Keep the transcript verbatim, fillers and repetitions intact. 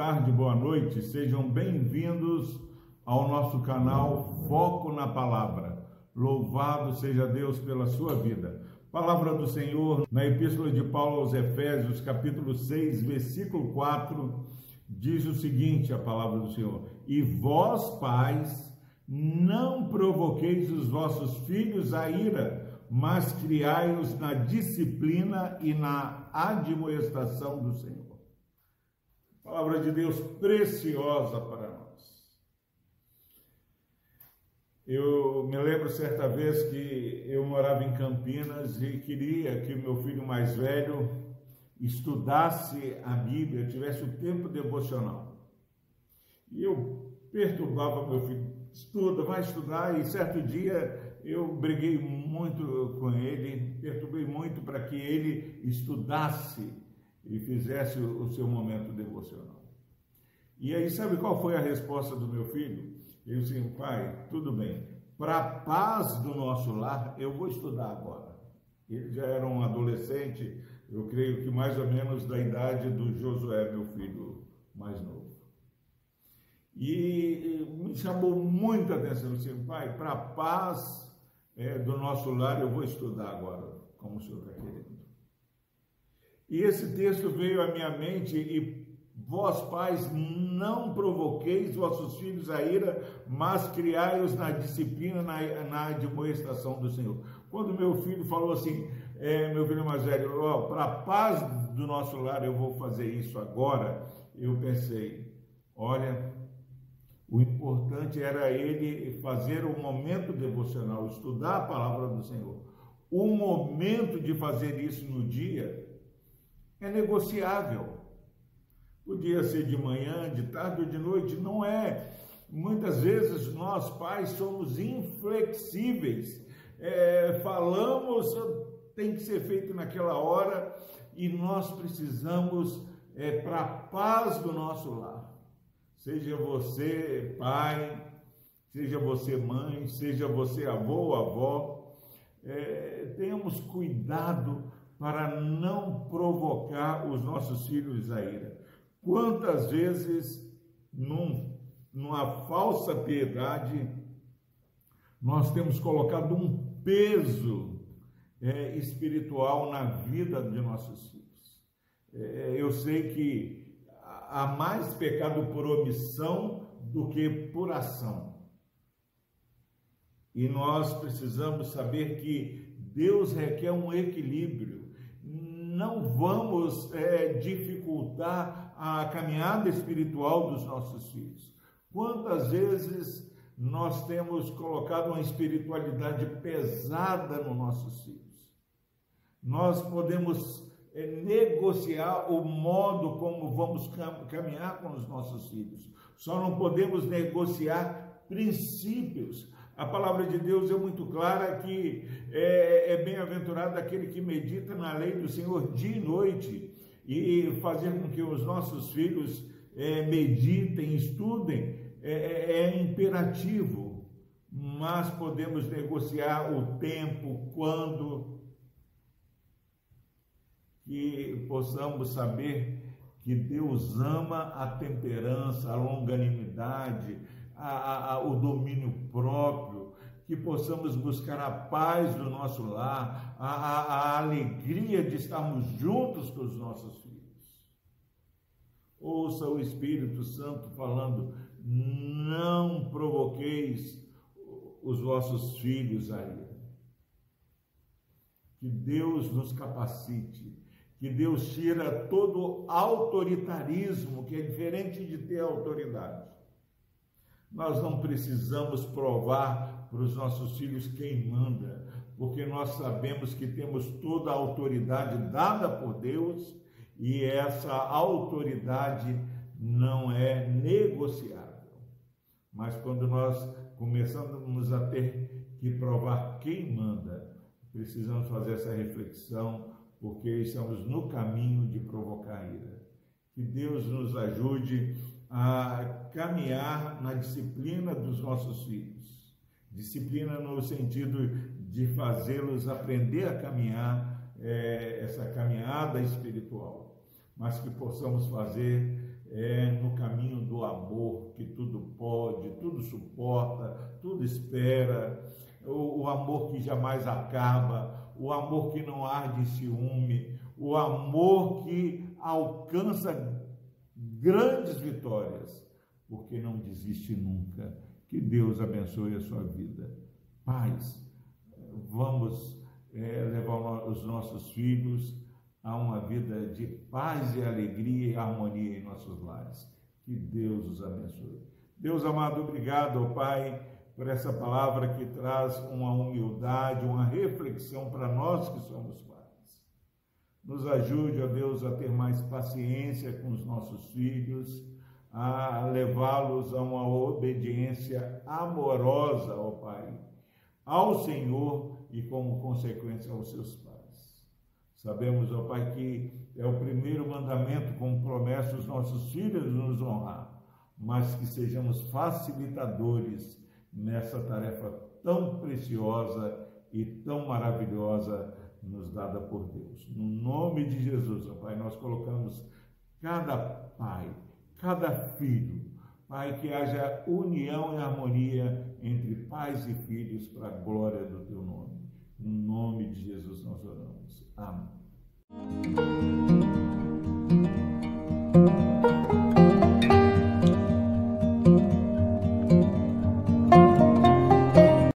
tarde, boa noite, sejam bem-vindos ao nosso canal Foco na Palavra. Louvado seja Deus pela sua vida. Palavra do Senhor na Epístola de Paulo aos Efésios, capítulo seis, versículo quatro, diz o seguinte, a palavra do Senhor: E vós, pais, não provoqueis os vossos filhos à ira, mas criai-os na disciplina e na admoestação do Senhor. Palavra de Deus preciosa para nós. Eu me lembro certa vez que eu morava em Campinas e queria que o meu filho mais velho estudasse a Bíblia, tivesse o tempo devocional. E eu perturbava meu filho: estuda, vai estudar. E certo dia eu briguei muito com ele, perturbei muito para que ele estudasse e fizesse o seu momento devocional. E aí, sabe qual foi a resposta do meu filho? Ele disse assim: pai, tudo bem, para a paz do nosso lar, eu vou estudar agora. Ele já era um adolescente, eu creio que mais ou menos da idade do Josué, meu filho mais novo. E me chamou muita atenção, assim, pai, para a paz é, do nosso lar, eu vou estudar agora, como o senhor está querendo. E esse texto veio à minha mente: e vós, pais, não provoqueis vossos filhos à ira, mas criai-os na disciplina, na, na admoestação do Senhor. Quando meu filho falou assim, é, meu filho mais velho, oh, para a paz do nosso lar eu vou fazer isso agora, eu pensei, olha, o importante era ele fazer um momento devocional, estudar a palavra do Senhor. O momento de fazer isso no dia é negociável. Podia ser de manhã, de tarde ou de noite, não é. Muitas vezes nós, pais, somos inflexíveis. É, falamos, tem que ser feito naquela hora, e nós precisamos, é, para a paz do nosso lar. Seja você pai, seja você mãe, seja você avô ou avó, é, tenhamos cuidado para não provocar os nossos filhos à ira. Quantas vezes, num, numa falsa piedade, nós temos colocado um peso é, espiritual na vida de nossos filhos. É, eu sei que há mais pecado por omissão do que por ação. E nós precisamos saber que Deus requer um equilíbrio. Não vamos é, dificultar a caminhada espiritual dos nossos filhos. Quantas vezes nós temos colocado uma espiritualidade pesada nos nossos filhos? Nós podemos é, negociar o modo como vamos caminhar com os nossos filhos. Só não podemos negociar princípios. A palavra de Deus é muito clara que é, é bem-aventurado aquele que medita na lei do Senhor dia e noite, e fazer com que os nossos filhos é, meditem, estudem, é, é imperativo, mas podemos negociar o tempo, quando, que possamos saber que Deus ama a temperança, a longanimidade, A, a, o domínio próprio, que possamos buscar a paz do nosso lar, a, a, a alegria de estarmos juntos com os nossos filhos. Ouça o Espírito Santo falando: não provoqueis os vossos filhos a ira. Que Deus nos capacite, que Deus tira todo autoritarismo, que é diferente de ter autoridade. Nós não precisamos provar para os nossos filhos quem manda, porque nós sabemos que temos toda a autoridade dada por Deus, e essa autoridade não é negociável. Mas quando nós começamos a ter que provar quem manda, precisamos fazer essa reflexão, porque estamos no caminho de provocar ira. Que Deus nos ajude a caminhar na disciplina dos nossos filhos. Disciplina no sentido de fazê-los aprender a caminhar, é, essa caminhada espiritual, mas que possamos fazer é, no caminho do amor, que tudo pode, tudo suporta, tudo espera, o, o amor que jamais acaba, o amor que não arde em ciúme, o amor que alcança grandes vitórias, porque não desiste nunca. Que Deus abençoe a sua vida. Pais, vamos é, levar os nossos filhos a uma vida de paz e alegria e harmonia em nossos lares. Que Deus os abençoe. Deus amado, obrigado, ó Pai, por essa palavra que traz uma humildade, uma reflexão para nós que somos pais. Nos ajude, ó Deus, a ter mais paciência com os nossos filhos, a levá-los a uma obediência amorosa, ó Pai, ao Senhor e como consequência aos seus pais. Sabemos, ó Pai, que é o primeiro mandamento com promessa os nossos filhos nos honrar, mas que sejamos facilitadores nessa tarefa tão preciosa e tão maravilhosa nos dada por Deus. No nome de Jesus, ó Pai, nós colocamos cada pai, cada filho, Pai, que haja união e harmonia entre pais e filhos para a glória do Teu nome. No nome de Jesus nós oramos. Amém.